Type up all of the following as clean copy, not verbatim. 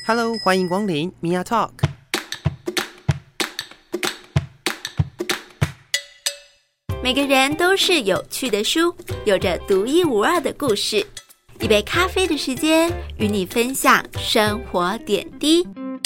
Hello， 欢迎光临 Mia Talk。 每个人都是有趣的书，有着独一无二的故事。一杯咖啡的时间，与你分享生活点滴。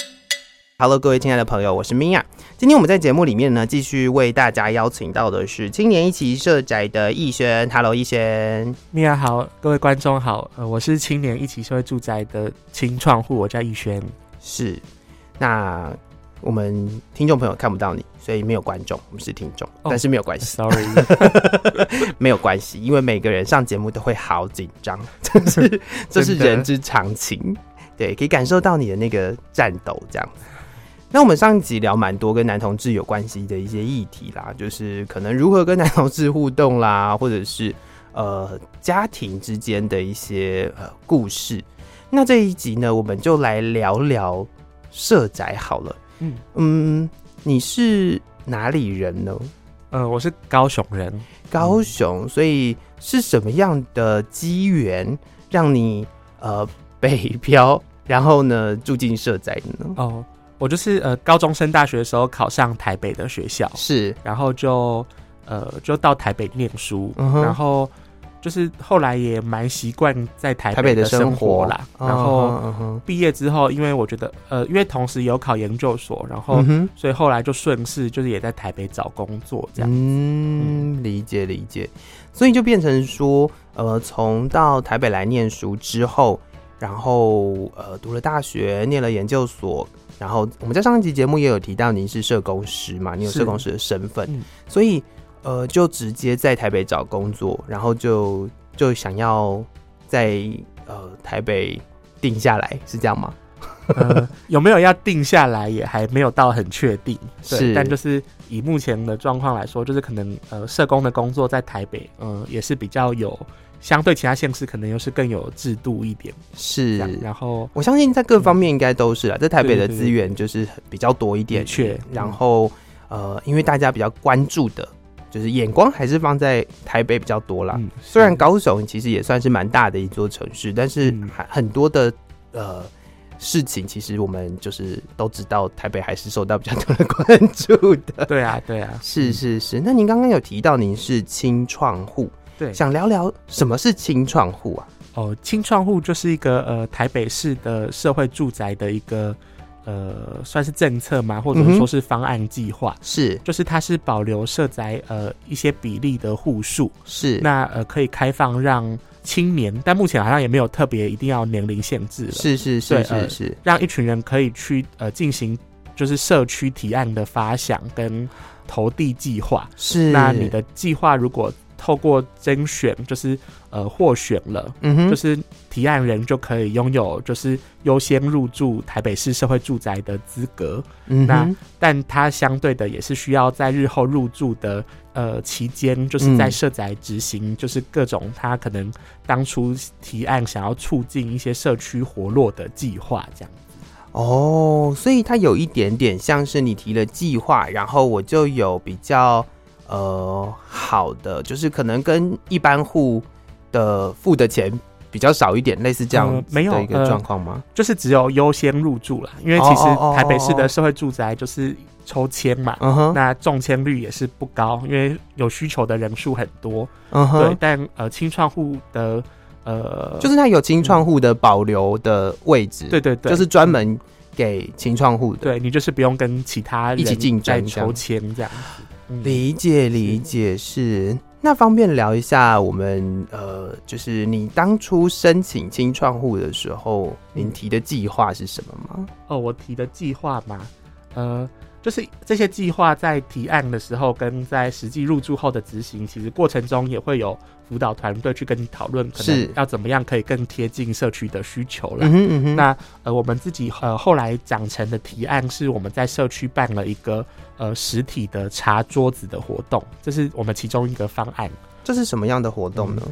Hello， 各位亲爱的朋友，我是 Mia。今天我们在节目里面呢，继续为大家邀请到的是青年一起社宅的逸轩。Hello， 逸轩。 Mia 好，各位观众好，我是青年一起社会住宅的青创户，我叫逸轩。 是，那我们听众朋友看不到你，所以没有观众，我们是听众，但是没有关系。 Sorry， 没有关系，因为每个人上节目都会好紧张，这是人之常情。对，可以感受到你的那个战斗这样子。那我们上一集聊蛮多跟男同志有关系的一些议题啦，就是可能如何跟男同志互动啦，或者是家庭之间的一些故事。那这一集呢，我们就来聊聊社宅好了。你是哪里人呢？ 我是高雄人。 高雄，所以是什么样的机缘让你北漂，然后呢住进社宅的呢？ 我就是高中升大学的时候考上台北的学校， 是， 然后就到台北念书，然后就是后来也蛮习惯在台北的生活啦。然后毕业之后，因为我觉得因为同时有考研究所，然后所以后来就顺势就是也在台北找工作这样。 理解。所以就变成说从到台北来念书之后，然后读了大学，念了研究所。然后我们在上一集节目也有提到您是社工师嘛，你有社工师的身份，所以就直接在台北找工作，然后就想要在台北定下来，是这样吗？ 有没有要定下来也还没有到很确定， 是， 但就是以目前的状况来说，就是可能社工的工作在台北也是比较有。相对其他县市可能又是更有制度一点， 是。 然后我相信在各方面应该都是啦，在台北的资源就是比较多一点， 确。 然后因为大家比较关注的，就是眼光还是放在台北比较多啦。虽然高雄其实也算是蛮大的一座城市，但是很多的事情，其实我们就是都知道，台北还是受到比较多的关注的。 对啊， 是。那您刚刚有提到您是青创户。 对， 想聊聊什么是青创户啊？ 青创户就是一个台北市的社会住宅的一个算是政策嘛，或者说是方案计划。是，就是它是保留社宅一些比例的户数，是那可以开放让青年，但目前好像也没有特别一定要年龄限制了。是，让一群人可以去进行就是社区提案的发想跟投递计划。是，那你的计划如果透过甄选，就是获选了，就是提案人就可以拥有就是优先入住台北市社会住宅的资格。但它相对的也是需要在日后入住的期间，就是在社宅执行，就是各种他可能当初提案想要促进一些社区活络的计划这样子。 所以它有一点点像是你提了计划，然后我就有比较。好的，就是可能跟一般户的付的钱比较少一点，类似这样的一个状况吗？ 就是只有优先入住啦，因为其实台北市的社会住宅就是抽签嘛，那中签率也是不高，因为有需求的人数很多。对，但青创户的就是它有青创户的保留的位置， 对， 就是专门给青创户的， 对你就是不用跟其他人一起竞争抽签这样子。 理解是。那方便聊一下我们就是你当初申请青创户的时候，您提的计划是什么吗？ 我提的计划嘛，就是这些计划在提案的时候跟在实际入住后的执行，其实过程中也会有辅导团队去跟你讨论，可能要怎么样可以更贴近社区的需求啦。那我们自己后来长成的提案是我们在社区办了一个实体的茶桌子的活动，这是我们其中一个方案。 这是什么样的活动呢？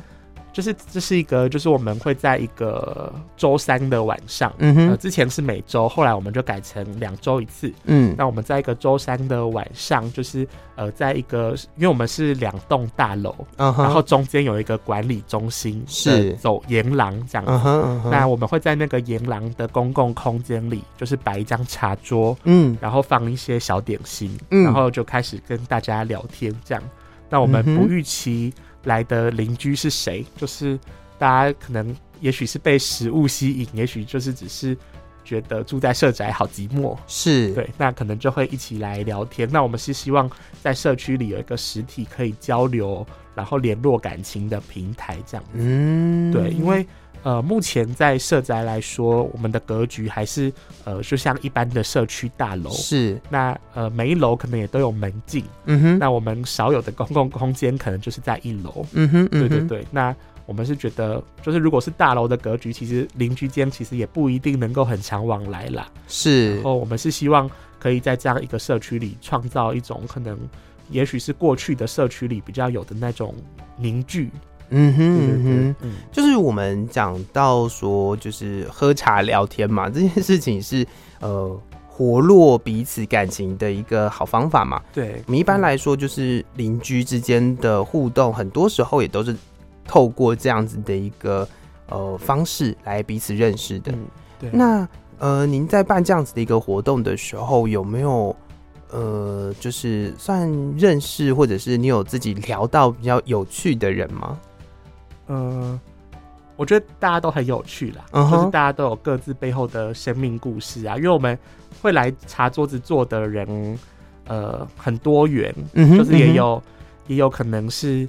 就是这是一个，就是我们会在一个周3的晚上，之前是每周，后来我们就改成2周一次。那我们在一个周3的晚上，就是在一个，因为我们是2栋大楼，然后中间有一个管理中心，是走沿廊这样子。那我们会在那个沿廊的公共空间里，就是摆一张茶桌，然后放一些小点心，然后就开始跟大家聊天这样。那我们不预期来的邻居是谁，就是大家可能也许是被食物吸引，也许就是只是觉得住在社宅好寂寞，是对，那可能就会一起来聊天。那我们是希望在社区里有一个实体可以交流，然后联络感情的平台这样子。对，因为目前在社宅来说，我们的格局还是就像一般的社区大楼，是那每一楼可能也都有门禁，那我们少有的公共空间可能就是在1楼，对对对。那我们是觉得，就是如果是大楼的格局，其实邻居间其实也不一定能够很常往来啦，是。然后我们是希望可以在这样一个社区里创造一种可能，也许是过去的社区里比较有的那种凝聚。 就是我们讲到说，就是喝茶聊天嘛，这件事情是活络彼此感情的一个好方法嘛。对，我们一般来说就是邻居之间的互动，很多时候也都是透过这样子的一个方式来彼此认识的。对。那您在办这样子的一个活动的时候，有没有就是算认识，或者是你有自己聊到比较有趣的人吗？ 我觉得大家都很有趣啦，就是大家都有各自背后的生命故事啊。因为我们会来茶桌子坐的人，很多元，就是也有可能是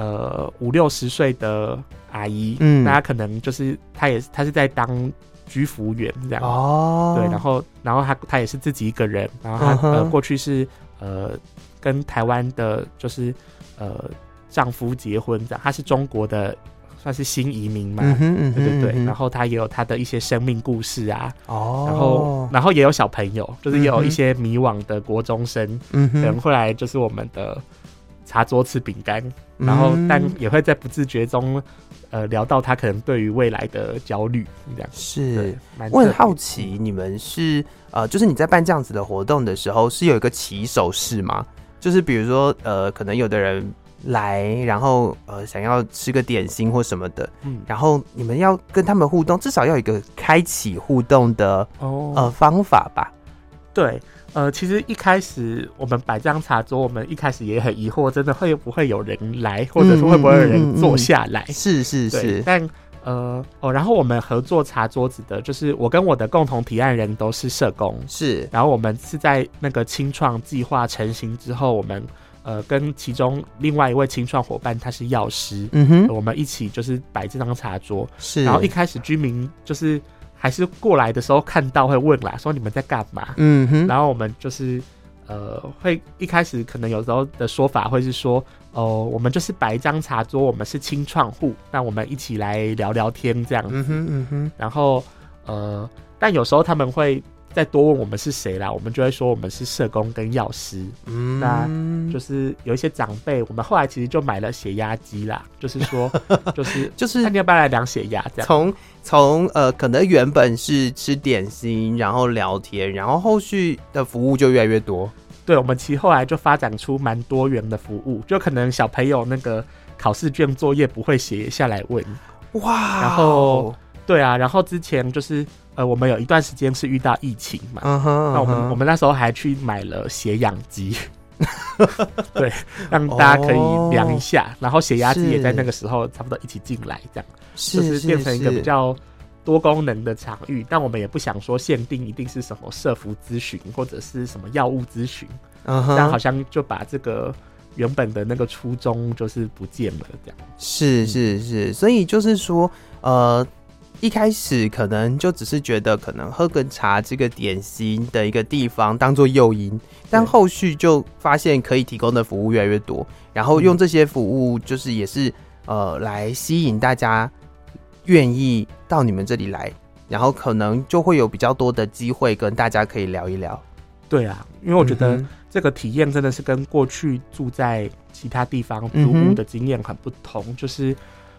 50-60岁的阿姨，那她可能就是她是在当居服员这样，对，然后她也是自己一个人，然后她过去是跟台湾的就是丈夫结婚这样，她是中国的。算是新移民嘛，对对对，然后他也有他的一些生命故事啊，然后也有小朋友，就是也有一些迷惘的国中生，可能会来就是我们的茶桌吃饼干，然后但也会在不自觉中聊到他可能对于未来的焦虑这样。 是，我很好奇，你们是就是你在办这样子的活动的时候，是有一个起手式吗？就是比如说可能有的人来，然后想要吃个点心或什么的，然后你们要跟他们互动，至少要有一个开启互动的方法吧？对， 其实一开始我们摆这张茶桌，我们一开始也很疑惑，真的会不会有人来，或者是会不会有人坐下来？是是是，但然后我们合作茶桌子的，就是我跟我的共同提案人都是社工，是，然后我们是在那个青创计划成型之后，我们跟其中另外一位青创伙伴，他是药师，我们一起就是摆这张茶桌，是。然后一开始居民就是还是过来的时候看到会问啦，说你们在干嘛？然后我们就是会一开始可能有时候的说法会是说，我们就是摆一张茶桌，我们是青创户，那我们一起来聊聊天这样子。然后但有时候他们会再多问我们是谁啦，我们就会说我们是社工跟药师。那就是有一些长辈，我们后来其实就买了血压机啦，就是说就是看你要不要来量血压这样。 从可能原本是吃点心，然后聊天，然后后续的服务就越来越多。 对，我们其实后来就发展出蛮多元的服务，就可能小朋友那个考试卷作业不会写下来问，哇，然后对啊，然后之前就是我们有一段时间是遇到疫情嘛，那我们那时候还去买了血氧机，对，让大家可以量一下，然后血压计也在那个时候差不多一起进来，这样就是变成一个比较多功能的场域，但我们也不想说限定一定是什么社福咨询或者是什么药物咨询，这样好像就把这个原本的那个初衷就是不见了，这样。 是，所以就是说，一开始可能就只是觉得可能喝个茶这个点心的一个地方当做诱因，但后续就发现可以提供的服务越来越多，然后用这些服务就是也是来吸引大家愿意到你们这里来，然后可能就会有比较多的机会跟大家可以聊一聊。 对啊，因为我觉得这个体验真的是跟过去住在其他地方租屋的经验很不同，就是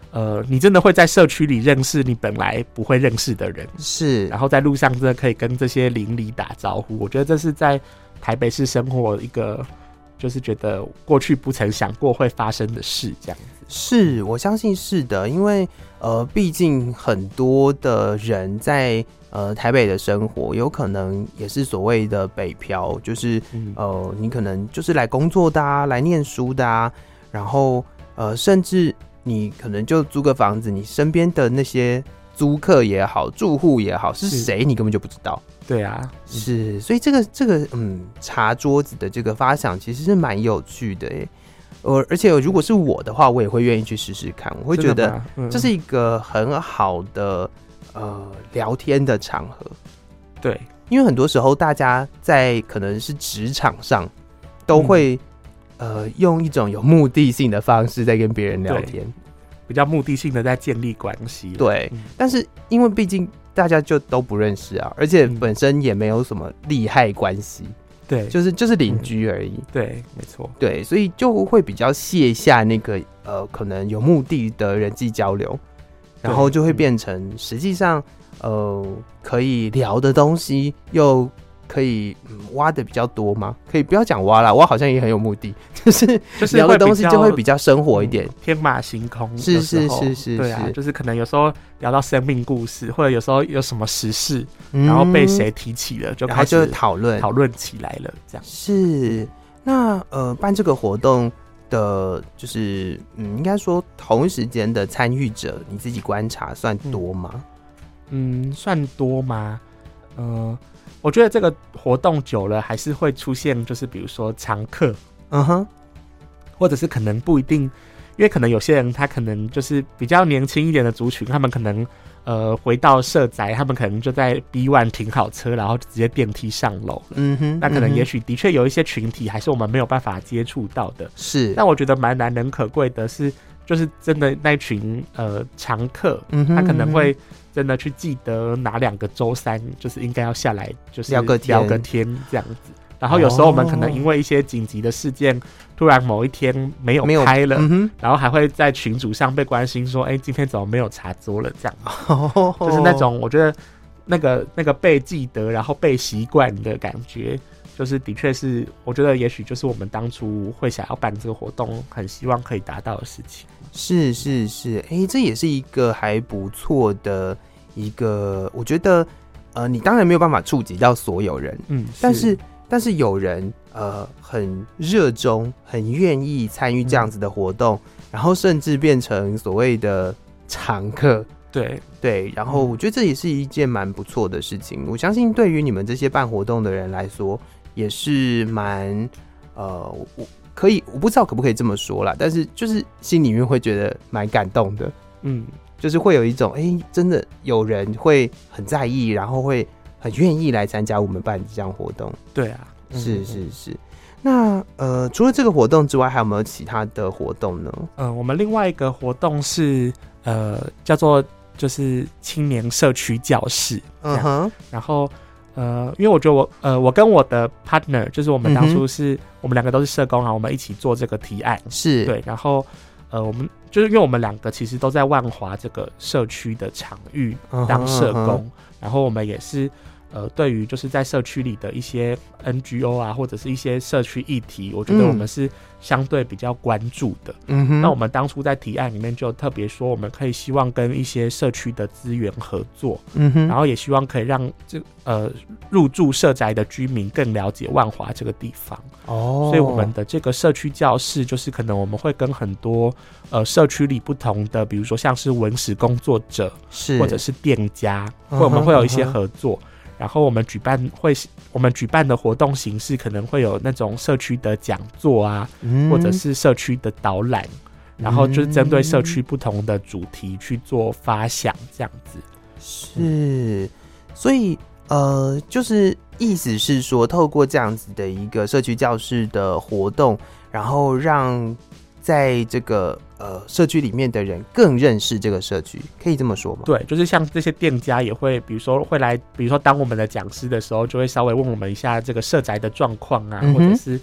你真的会在社区里认识你本来不会认识的人， 是， 然后在路上真的可以跟这些邻里打招呼。我觉得这是在台北市生活一个，就是觉得过去不曾想过会发生的事，这样子。 是，我相信是的，因为毕竟很多的人在台北的生活，有可能也是所谓的北漂，就是你可能就是来工作的啊，来念书的啊，然后甚至你可能就租个房子，你身边的那些租客也好，住户也好，是谁你根本就不知道。 对啊， 是，所以这个茶桌子的这个发想其实是蛮有趣的耶。而且如果是我的话，我也会愿意去试试看。我会觉得这是一个很好的聊天的场合。 对， 因为很多时候大家在可能是职场上都会用一种有目的性的方式在跟别人聊天， 比较目的性的在建立关系。 对，但是因为毕竟大家就都不认识啊，而且本身也没有什么利害关系。 对， 就是邻居而已。 对，没错。 对，所以就会比较卸下那个可能有目的的人际交流，然后就会变成实际上可以聊的东西又可以挖的比较多吗？可以不要讲挖啦，挖好像也很有目的，就是聊的东西就会比较生活一点， 天马行空。 是， 对啊，就是可能有时候聊到生命故事，或者有时候有什么时事，然后被谁提起了，就开始讨论起来了，这样。 是，那办这个活动的，就是应该说同一时间的参与者，你自己观察算多吗？ 算多吗？我觉得这个活动久了还是会出现，就是比如说常客，或者是可能不一定，因为可能有些人他可能就是比较年轻一点的族群，他们可能回到社宅，他们可能就在 B1 停好车，然后直接电梯上楼了。那可能也许的确有一些群体还是我们没有办法接触到的。 是， 但我觉得蛮难能可贵的是，就是真的那群常客，他可能会真的去记得哪2个周三就是应该要下来，就是聊个天这样子。然后有时候我们可能因为一些紧急的事件，突然某一天没有开了，然后还会在群组上被关心说，今天怎么没有茶桌了？这样，就是那种我觉得那个被记得，然后被习惯的感觉，就是的确是，我觉得也许就是我们当初会想要办这个活动，很希望可以达到的事情。 是，这也是一个还不错的一个，我觉得你当然没有办法触及到所有人，但是有人很热衷，很愿意参与这样子的活动，然后甚至变成所谓的常客。对，然后我觉得这也是一件蛮不错的事情。我相信对于你们这些办活动的人来说，也是蛮我不知道可不可以这么说啦，但是就是心里面会觉得蛮感动的。就是会有一种真的有人会很在意，然后会很愿意来参加我们办这样活动。 对啊， 是。那除了这个活动之外，还有没有其他的活动呢？ 我们另外一个活动是叫做就是青年社区教室。然后因为我觉得我跟我的 partner， 就是我们当初是我们2个都是社工啊，我们一起做这个提案。是，对，然后我们就是因为我们2个其实都在万华这个社区的场域当社工，然后我们也是对于就是在社区里的一些 NGO 啊，或者是一些社区议题，我觉得我们是相对比较关注的。那我们当初在提案里面就特别说，我们可以希望跟一些社区的资源合作，然后也希望可以让入住社宅的居民更了解万华这个地方。所以我们的这个社区教室，就是可能我们会跟很多社区里不同的，比如说像是文史工作者，或者是店家，我们会有一些合作。然后我们举办的活动形式可能会有那种社区的讲座啊，或者是社区的导览，然后就是针对社区不同的主题去做发想，这样子。 是，所以就是意思是说，透过这样子的一个社区教室的活动，然后让在这个社区里面的人更认识这个社区，可以这么说吗？ 对，就是像这些店家也会，比如说会来，比如说当我们的讲师的时候，就会稍微问我们一下这个社宅的状况啊，或者是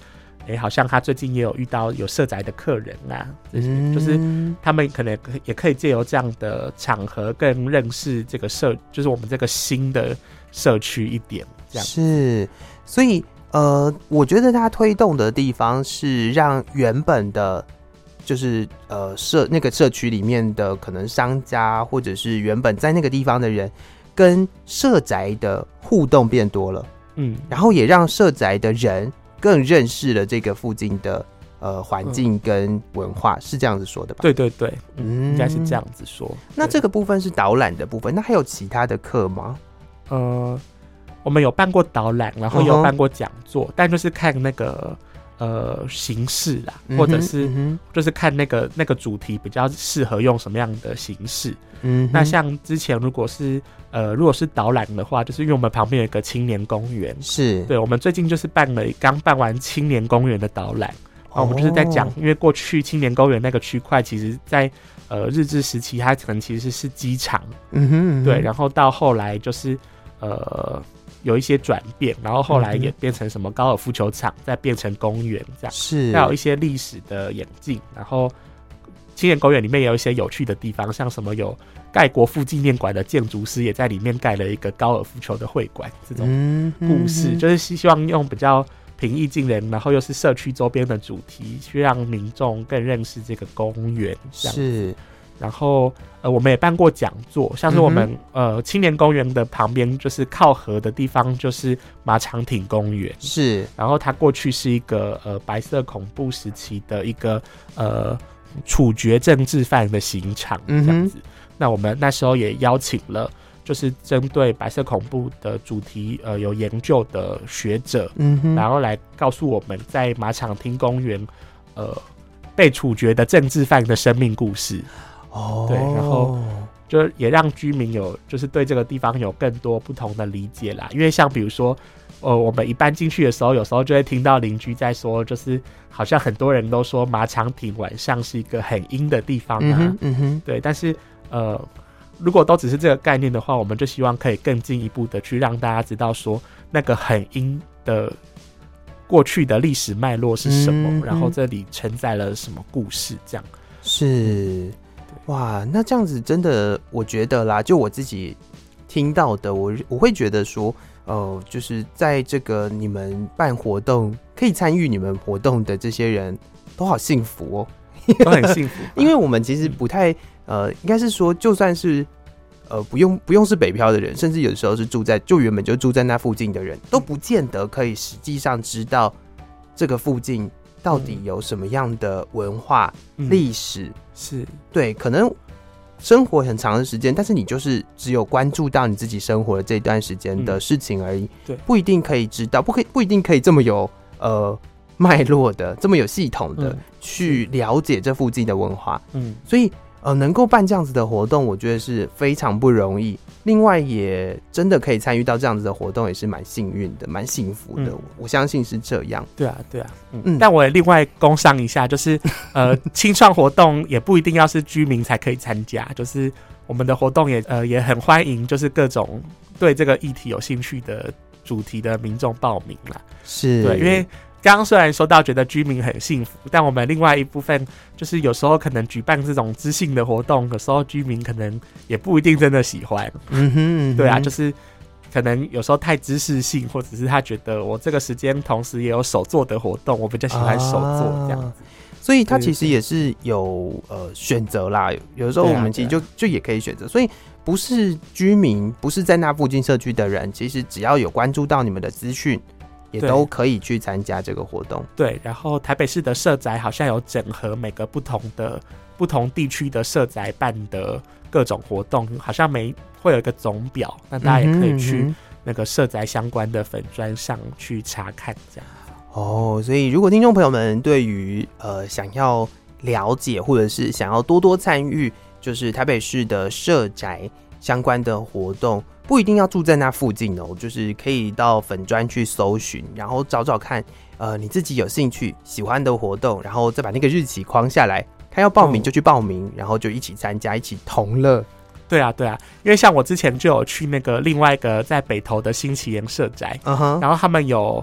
好像他最近也有遇到有社宅的客人啊，就是他们可能也可以借由这样的场合更认识这个就是我们这个新的社区一点，这样是。所以我觉得他推动的地方是让原本的就是那个社区里面的可能商家或者是原本在那个地方的人跟社宅的互动变多了，然后也让社宅的人更认识了这个附近的环境跟文化，是这样子说的吧？ 对对对，应该是这样子说。 那这个部分是导览的部分，那还有其他的课吗？ 我们有办过导览，然后有办过讲座，但就是看那个形式啦，或者是就是看那个主题比较适合用什么样的形式。那像之前如果是导览的话，就是因为我们旁边有一个青年公园， 是对， 我们最近就是刚办完青年公园的导览，然后我们就是在讲，因为过去青年公园那个区块，其实在日治时期，它可能其实是机场，对，然后到后来就是有一些转变，然后后来也变成什么高尔夫球场，再变成公园这样， 是， 再有一些历史的演进，然后青年公园里面也有一些有趣的地方，像什么有盖国父纪念馆的建筑师也在里面盖了一个高尔夫球的会馆，这种故事，就是希望用比较平易近人，然后又是社区周边的主题，去让民众更认识这个公园，这样子。是。然后我们也办过讲座，像是我们青年公园的旁边就是靠河的地方，就是马场町公园，是。然后它过去是一个白色恐怖时期的一个处决政治犯的刑场，这样子。那我们那时候也邀请了就是针对白色恐怖的主题有研究的学者，然后来告诉我们在马场町公园被处决的政治犯的生命故事。对，然后就也让居民就是对这个地方有更多不同的理解啦。因为像比如说我们一搬进去的时候，有时候就会听到邻居在说，就是好像很多人都说马场町晚上是一个很阴的地方啊，对，但是如果都只是这个概念的话，我们就希望可以更进一步的去让大家知道说那个很阴的过去的历史脉络是什么，然后这里承载了什么故事，这样。是，哇，那这样子真的，我觉得啦，就我自己听到的，我会觉得说，就是在这个你们办活动，可以参与你们活动的这些人都好幸福哦，都很幸福，因为我们其实不太，应该是说，就算是不用是北漂的人，甚至有的时候是原本就住在那附近的人，都不见得可以实际上知道这个附近到底有什么样的文化、历史，是对，可能生活很长的时间，但是你就是只有关注到你自己生活的这段时间的事情而已，对，不一定可以知道，不一定可以这么有脉络的，这么有系统的去了解这附近的文化，所以能够办这样子的活动，我觉得是非常不容易。另外，也真的可以参与到这样子的活动，也是蛮幸运的，蛮幸福的。我相信是这样。对啊，对啊。但我也另外工商一下，就是青创活动也不一定要是居民才可以参加，就是我们的活动也很欢迎，就是各种对这个议题有兴趣的主题的民众报名啦。是，对，因为刚刚虽然说到觉得居民很幸福，但我们另外一部分就是有时候可能举办这种知性的活动，有时候居民可能也不一定真的喜欢。对啊，就是可能有时候太知识性，或者是他觉得我这个时间同时也有手做的活动，我比较喜欢手做这样子。所以他其实也是有选择啦，有的时候我们其实就也可以选择。所以不是居民，不是在那附近社区的人，其实只要有关注到你们的资讯，也都可以去参加这个活动。对，然后台北市的社宅好像有整合每个不同地区的社宅办的各种活动，好像会有一个总表，那大家也可以去那个社宅相关的粉专上去查看这样。哦，所以如果听众朋友们对于想要了解或者是想要多多参与，就是台北市的社宅相关的活动，不一定要住在那附近哦，就是可以到粉专去搜寻，然后找找看，你自己有兴趣喜欢的活动，然后再把那个日期框下来，看要报名就去报名，然后就一起参加，一起同乐。对啊，对啊，因为像我之前就有去那个另外一个在北投的新奇岩社宅，然后他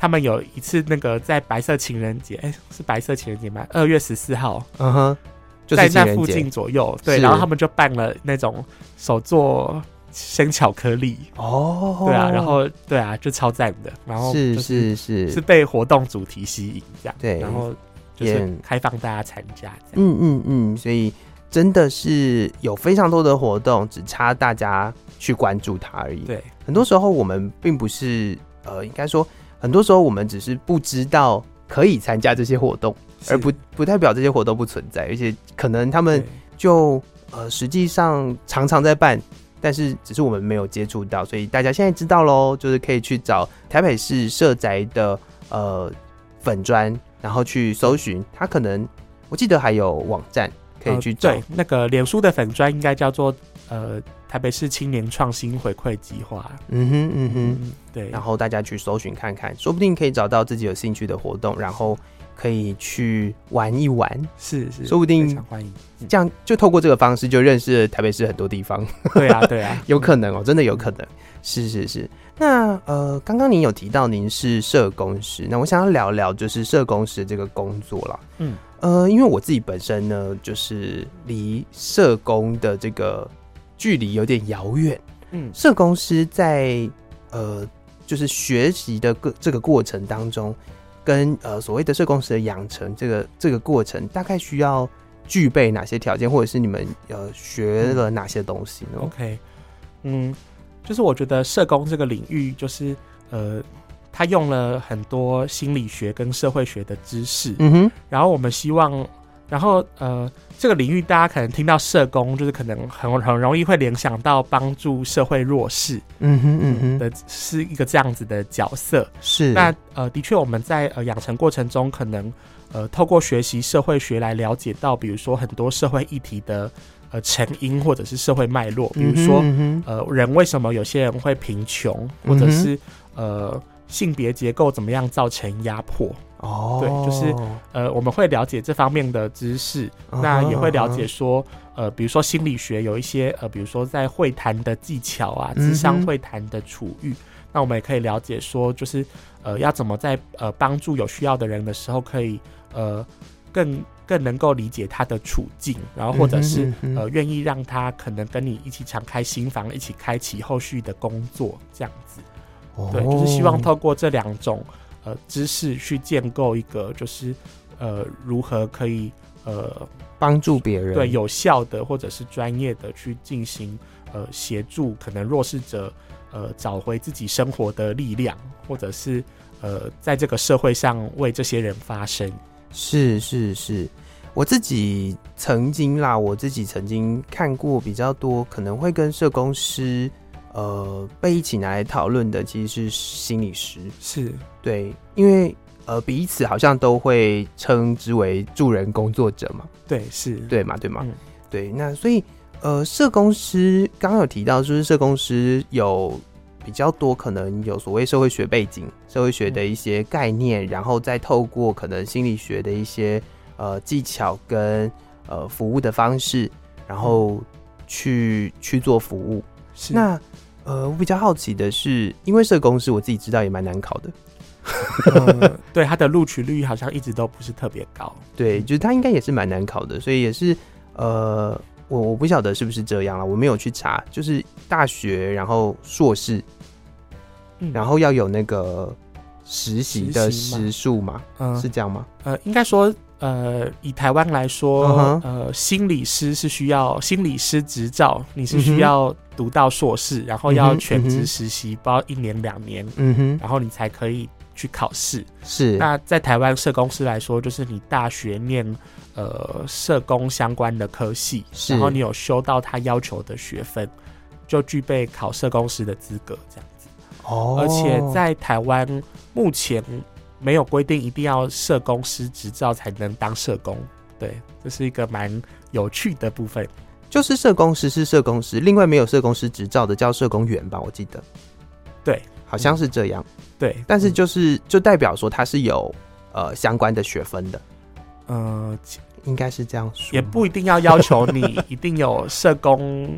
他们有一次那个在白色情人节，是白色情人节吗？2月14号， 就是在那附近左右，对，然后他们就办了那种手做生巧克力对啊，然后对啊，就超赞的，然后是被活动主题吸引这样， 对， 然后就是开放大家参加这样，所以真的是有非常多的活动，只差大家去关注它而已。 对， 很多时候我们并不是应该说，很多时候我们只是不知道可以参加这些活动，而不代表这些活动不存在，而且可能他们就实际上常常在办，但是只是我们没有接触到，所以大家现在知道咯，就是可以去找台北市社宅的粉专，然后去搜寻，它可能我记得还有网站可以去找， 对，那个脸书的粉专应该叫做台北市青年创新回馈计划，对， 然后大家去搜寻看看，说不定可以找到自己有兴趣的活动，然后可以去玩一玩， 是， 说不定非常欢迎， 这样就透过这个方式就认识了台北市很多地方， 对啊， 有可能真的有可能，是。那刚刚您有提到您是社工师，那我想要聊聊就是社工师这个工作啦，因为我自己本身呢，就是离社工的这个距离有点遥远，社工师在就是学习的这个过程当中，跟所谓的社工师的养成这个过程，大概需要具备哪些条件，或者是你们学了哪些东西呢 ？OK， 就是我觉得社工这个领域，就是他用了很多心理学跟社会学的知识，然后我们希望，然后这个领域大家可能听到社工，就是可能很容易会联想到帮助社会弱势，的是一个这样子的角色。 是， 那的确我们在养成过程中，可能透过学习社会学来了解到，比如说很多社会议题的成因或者是社会脉络，比如说人为什么有些人会贫穷，或者是性别结构怎么样造成压迫。对，就是我们会了解这方面的知识，那也会了解说比如说心理学有一些比如说在会谈的技巧啊，諮商会谈的处遇，那我们也可以了解说，就是要怎么在帮助有需要的人的时候，可以更能够理解他的处境，然后或者是愿意让他可能跟你一起敞开心房，一起开启后续的工作这样子。对，就是希望透过这两种知识去建构一个就是如何可以帮助别人， 对，有效的或者是专业的去进行协助可能弱势者找回自己生活的力量，或者是在这个社会上为这些人发声。是， 我自己曾经看过比较多可能会跟社工师被一起拿来讨论的，其实是心理师。是，对，因为彼此好像都会称之为助人工作者嘛。 对，是， 对嘛，对，那所以社工师刚刚有提到，就是社工师有比较多可能有所谓社会学背景、社会学的一些概念，然后再透过可能心理学的一些技巧跟服务的方式，然后去做服务。是，那我比较好奇的是，因为社工师我自己知道也蛮难考的。 对，他的录取率好像一直都不是特别高。 对，就是他应该也是蛮难考的，所以也是我不晓得是不是这样啦，我没有去查，就是大学然后硕士，然后要有那个实习的时数嘛，是这样吗？ 应该说以台湾来说，心理师是需要心理师执照，你是需要读到硕士，然后要全职实习，包1年2年，然后你才可以去考试。是，那在台湾社工师来说，就是你大学念社工相关的科系，然后你有修到他要求的学分，就具备考社工师的资格这样子。而且在台湾目前没有规定一定要社工师执照才能当社工。对，这是一个蛮有趣的部分。 就是社工师是社工师，另外没有社工师执照的叫社工员吧，我记得。 对， 好像是这样。 对， 但是就代表说他是有相关的学分的。应该是这样说， 也不一定要求你一定有社工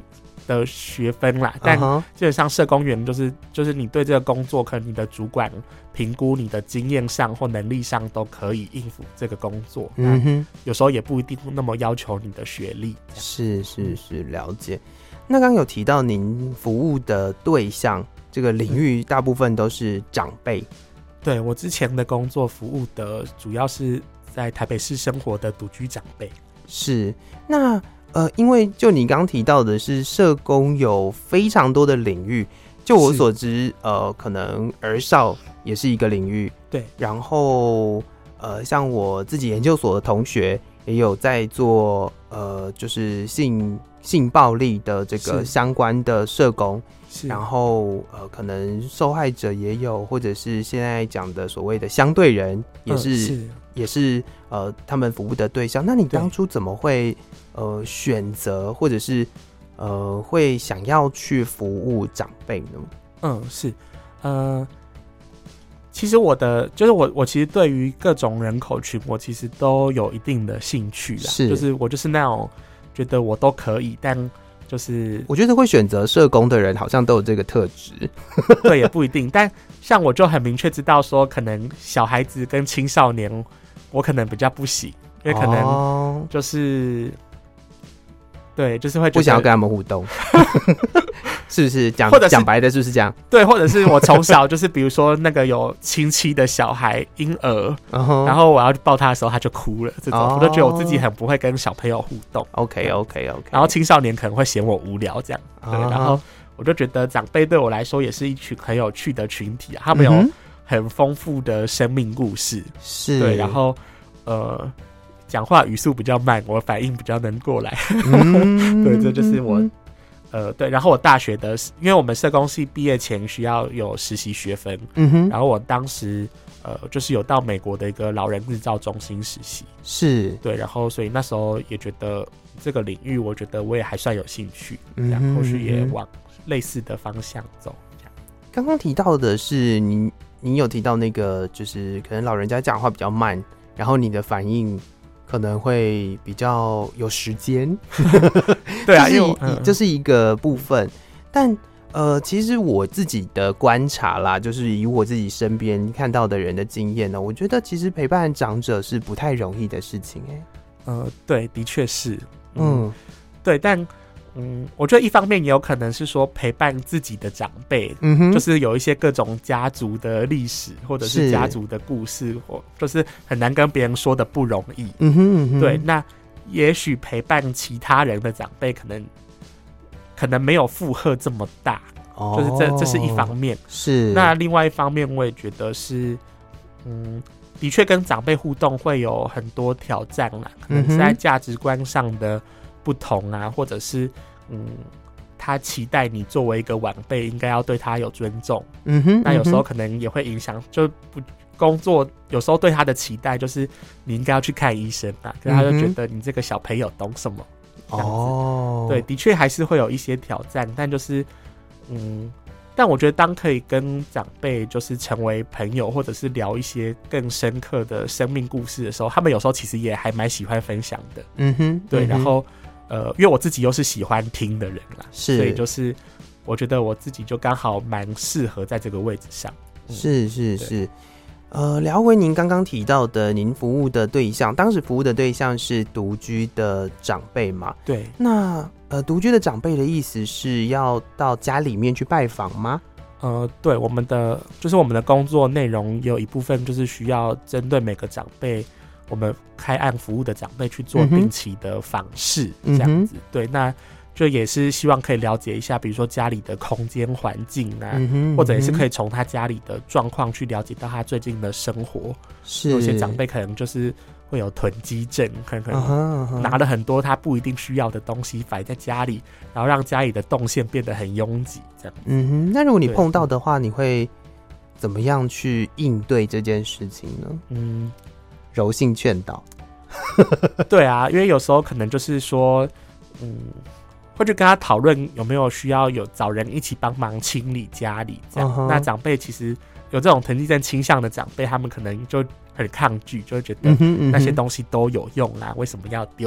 的学分啦，但基本上社工员就是你对这个工作，可能你的主管评估你的经验上或能力上都可以应付这个工作，有时候也不一定那么要求你的学历。 是，了解。那刚刚有提到您服务的对象这个领域大部分都是长辈。 对，我之前的工作服务的主要是在台北市生活的独居长辈。 是，那因为就你刚提到的是社工有非常多的领域，就我所知，可能儿少也是一个领域。 对， 然后像我自己研究所的同学也有在做就是性暴力的这个相关的社工。然后可能受害者也有，或者是现在讲的所谓的相对人也是他们服务的对象。那你当初怎么会选择或者是会想要去服务长辈呢？ 其实就是我其实对于各种人口群我其实都有一定的兴趣啦，就是我就是那种觉得我都可以，但就是我觉得会选择社工的人好像都有这个特质。 对，也不一定，但像我就很明确知道说可能小孩子跟青少年我可能比较不行，因为可能就是对，就是会觉得不想要跟他们互动。是不是讲白的，是不是这样？ 对，或者是我从小就是比如说那个有亲戚的小孩婴儿，然后我要去抱他的时候他就哭了，这种我都觉得我自己很不会跟小朋友互动。 OK， 然后青少年可能会嫌我无聊这样，对，然后我就觉得长辈对我来说也是一群很有趣的群体啊，他们有很丰富的生命故事， 是对，然后讲话语速比较慢，我反应比较能过来。对，这就是我对，然后我大学的，因为我们社工系毕业前需要有实习学分，然后我当时就是有到美国的一个老人日照中心实习， 是对，然后所以那时候也觉得这个领域，我觉得我也还算有兴趣，然后后续也往类似的方向走。 刚刚提到的是你有提到那个，就是可能老人家讲话比较慢，然后你的反应可能会比较有时间。 对啊， 这是一个部分。但其实我自己的观察啦，就是以我自己身边看到的人的经验呢，我觉得其实陪伴长者是不太容易的事情。 对，的确是。对，但我觉得一方面也有可能是说陪伴自己的长辈，就是有一些各种家族的历史或者是家族的故事，或就是很难跟别人说的不容易。对，那也许陪伴其他人的长辈可能没有负荷这么大，就是这是一方面。 是， 那另外一方面我也觉得是的确跟长辈互动会有很多挑战啦，可能是在价值观上的不同啊，或者是他期待你作为一个晚辈应该要对他有尊重，那有时候可能也会影响，就工作有时候对他的期待就是你应该要去看医生啊，可是他就觉得你这个小朋友懂什么这样子。对，的确还是会有一些挑战，但就是但我觉得当可以跟长辈就是成为朋友，或者是聊一些更深刻的生命故事的时候，他们有时候其实也还蛮喜欢分享的。对，然后因为我自己又是喜欢听的人啦，所以就是我觉得我自己就刚好蛮适合在这个位置上。 是。聊回您刚刚提到的，您服务的对象，当时服务的对象是独居的长辈嘛？ 对。 那独居的长辈的意思是要到家里面去拜访吗？ 对，我们的工作内容有一部分就是需要针对每个长辈，我们开案服务的长辈去做定期的访视，这样子。对，那就也是希望可以了解一下，比如说家里的空间环境啊，或者也是可以从他家里的状况去了解到他最近的生活。 是， 有些长辈可能就是会有囤积症，可能拿了很多他不一定需要的东西摆在家里，然后让家里的动线变得很拥挤，这样。 那如果你碰到的话，你会怎么样去应对这件事情呢？柔性劝导。 对啊，因为有时候可能就是说，会去跟他讨论有没有需要找人一起帮忙清理家里这样。那长辈其实有这种囤积症倾向的长辈，他们可能就很抗拒，就会觉得那些东西都有用啊，为什么要丢？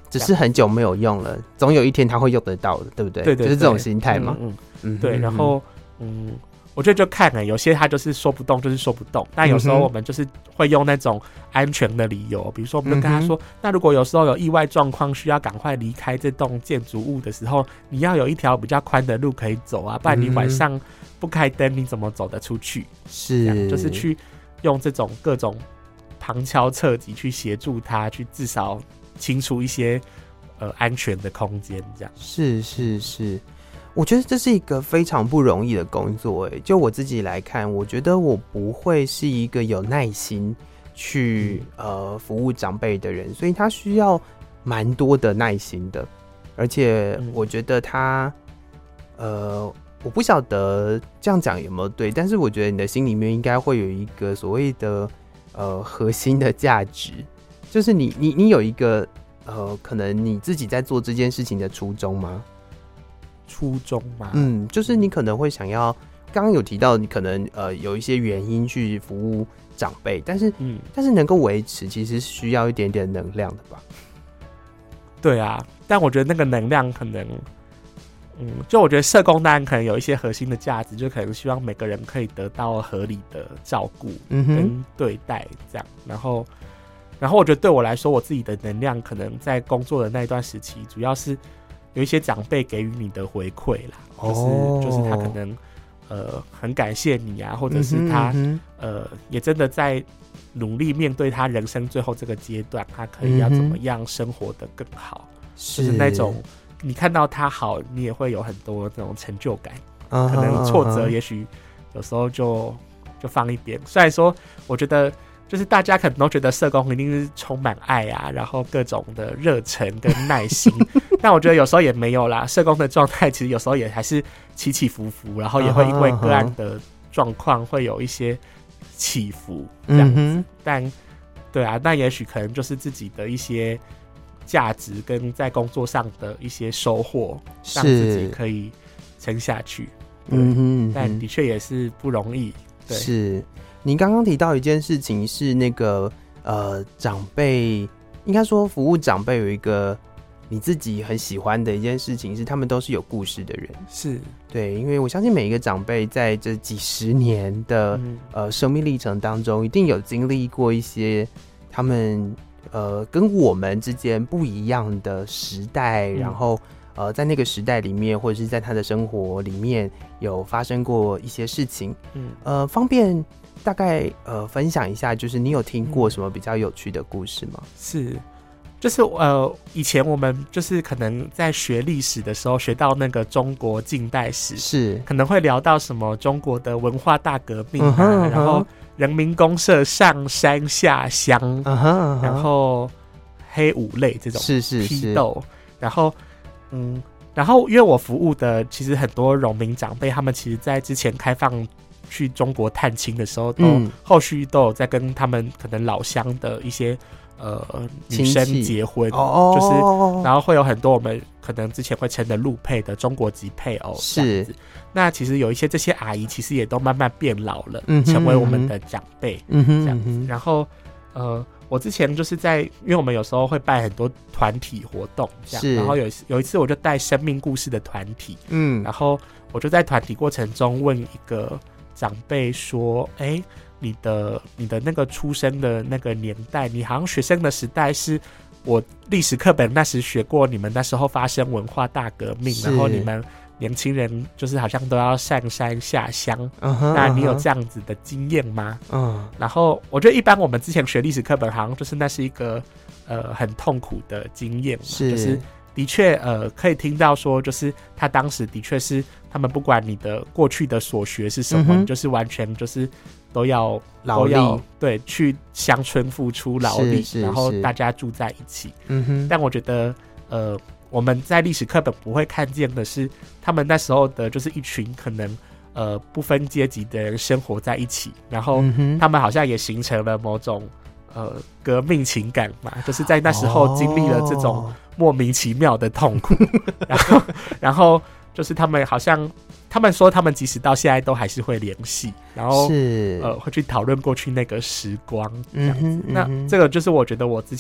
只是很久没有用了，总有一天他会用得到的，对不对？ 对， 就是这种心态嘛。 对。然后我觉得就看有些他就是说不动就是说不动，但有时候我们就是会用那种安全的理由，比如说我们就跟他说，那如果有时候有意外状况需要赶快离开这栋建筑物的时候，你要有一条比较宽的路可以走啊，不然你晚上不开灯你怎么走得出去？是，就是去用这种各种旁敲侧击去协助他，去至少清除一些安全的空间，这样。 是。我觉得这是一个非常不容易的工作，就我自己来看，我觉得我不会是一个有耐心去服务长辈的人，所以他需要蛮多的耐心的，而且我觉得他我不晓得这样讲有没有对，但是我觉得你的心里面应该会有一个所谓的核心的价值，就是你有一个可能你自己在做这件事情的初衷吗？ 初衷嘛， 就是你可能会想要，刚刚有提到你可能有一些原因去服务长辈，但是能够维持，其实需要一点点能量的吧？ 对啊，但我觉得那个能量可能，就我觉得社工当然可能有一些核心的价值，就可能希望每个人可以得到合理的照顾跟对待这样，然后我觉得对我来说，我自己的能量可能在工作的那一段时期，主要是有一些长辈给予你的回馈啦，就是他可能很感谢你啊，或者是他也真的在努力面对他人生最后这个阶段，他可以要怎么样生活得更好，就是那种你看到他好，你也会有很多这种成就感。可能挫折也许有时候就放一边，虽然说我觉得就是大家可能都觉得社工一定是充满爱啊，然后各种的热忱跟耐心但我觉得有时候也没有啦，社工的状态其实有时候也还是起起伏伏，然后也会因为个案的状况会有一些起伏这样子，但对啊，那也许可能就是自己的一些价值跟在工作上的一些收获，让自己可以撑下去。但的确也是不容易。对， 是你刚刚提到一件事情是那个长辈，应该说服务长辈有一个你自己很喜欢的一件事情是他们都是有故事的人。 是， 对，因为我相信每一个长辈在这几十年的生命历程当中，一定有经历过一些他们跟我们之间不一样的时代，然后在那个时代里面，或者是在他的生活里面有发生过一些事情。方便大概分享一下，就是你有听过什么比较有趣的故事吗？ 是，就是以前我们就是可能在学历史的时候学到那个中国近代史，是可能会聊到什么中国的文化大革命啊，然后人民公社上山下乡，然后黑五类这种批斗，然后因为我服务的其实很多农民长辈，他们其实在之前开放去中国探亲的时候，后续都有在跟他们可能老乡的一些女生结婚，就是然后会有很多我们可能之前会称的陆配的中国籍配偶这样子。那其实有一些这些阿姨其实也都慢慢变老了，成为我们的长辈这样子。然后我之前就是因为我们有时候会办很多团体活动这样，然后有一次我就带生命故事的团体，然后我就在团体过程中问一个长辈说，你的那个出生的那个年代，你好像学生的时代是我历史课本那时学过，你们那时候发生文化大革命，然后你们年轻人就是好像都要上山下乡，那你有这样子的经验吗？然后我觉得一般我们之前学历史课本好像就是那是一个很痛苦的经验嘛，就是的确可以听到说，就是他当时的确是他们不管你的过去的所学是什么，你就是完全就是都要劳力， 对，去乡村付出劳力，然后大家住在一起。但我觉得我们在历史课本不会看见的是，他们那时候的就是一群可能不分阶级的人生活在一起，然后他们好像也形成了某种革命情感嘛，就是在那时候经历了这种莫名其妙的痛苦，然后就是他们好像他们说他们即使到现在都还是会联系，然后会去讨论过去那个时光这样子。那这个就是我觉得我之前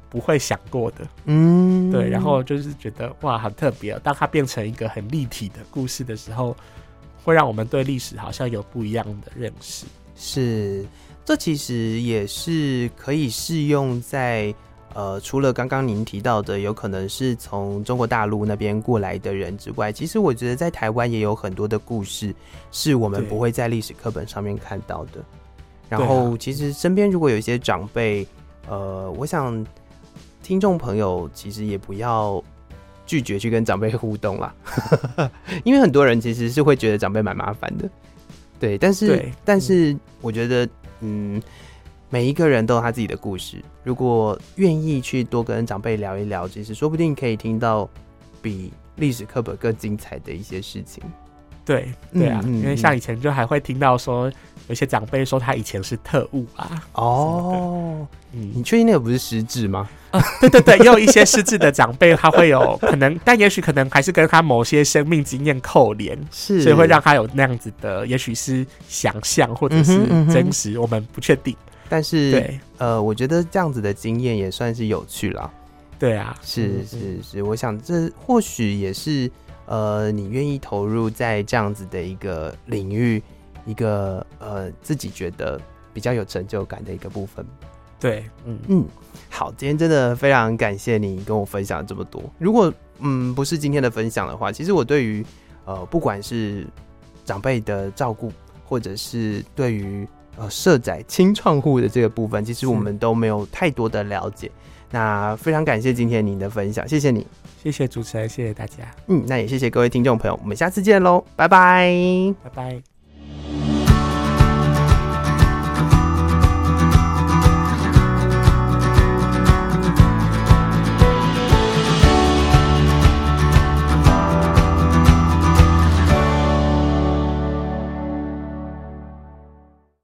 不会想过的。对，然后就是觉得哇，很特别当它变成一个很立体的故事的时候，会让我们对历史好像有不一样的认识。 是，这其实也是可以适用在除了刚刚您提到的有可能是从中国大陆那边过来的人之外，其实我觉得在台湾也有很多的故事是我们不会在历史课本上面看到的。然后其实身边如果有一些长辈，我想听众朋友其实也不要拒绝去跟长辈互动啦因为很多人其实是会觉得长辈蛮麻烦的。对，但是我觉得每一个人都有他自己的故事，如果愿意去多跟长辈聊一聊，其实说不定可以听到比历史课本更精彩的一些事情。 对啊，因为像以前就还会听到说有些长辈说他以前是特务啊。 你确定那个不是失智吗？ 对，也有一些失智的长辈他会有可能，但也许可能还是跟他某些生命经验扣连，所以会让他有那样子的，也许是想象或者是真实，我们不确定。 但是对我觉得这样子的经验也算是有趣啦。 对啊， 是，我想这或许也是你愿意投入在这样子的一个领域，一个自己觉得比较有成就感的一个部分。 对， 好，今天真的非常感谢你跟我分享这么多。如果不是今天的分享的话，其实我对于不管是长辈的照顾，或者是对于社宅青创户的这个部分，其实我们都没有太多的了解。那非常感谢今天您的分享，谢谢你。 谢谢主持人，谢谢大家。 那也谢谢各位听众朋友，我们下次见喽，拜拜， 拜拜。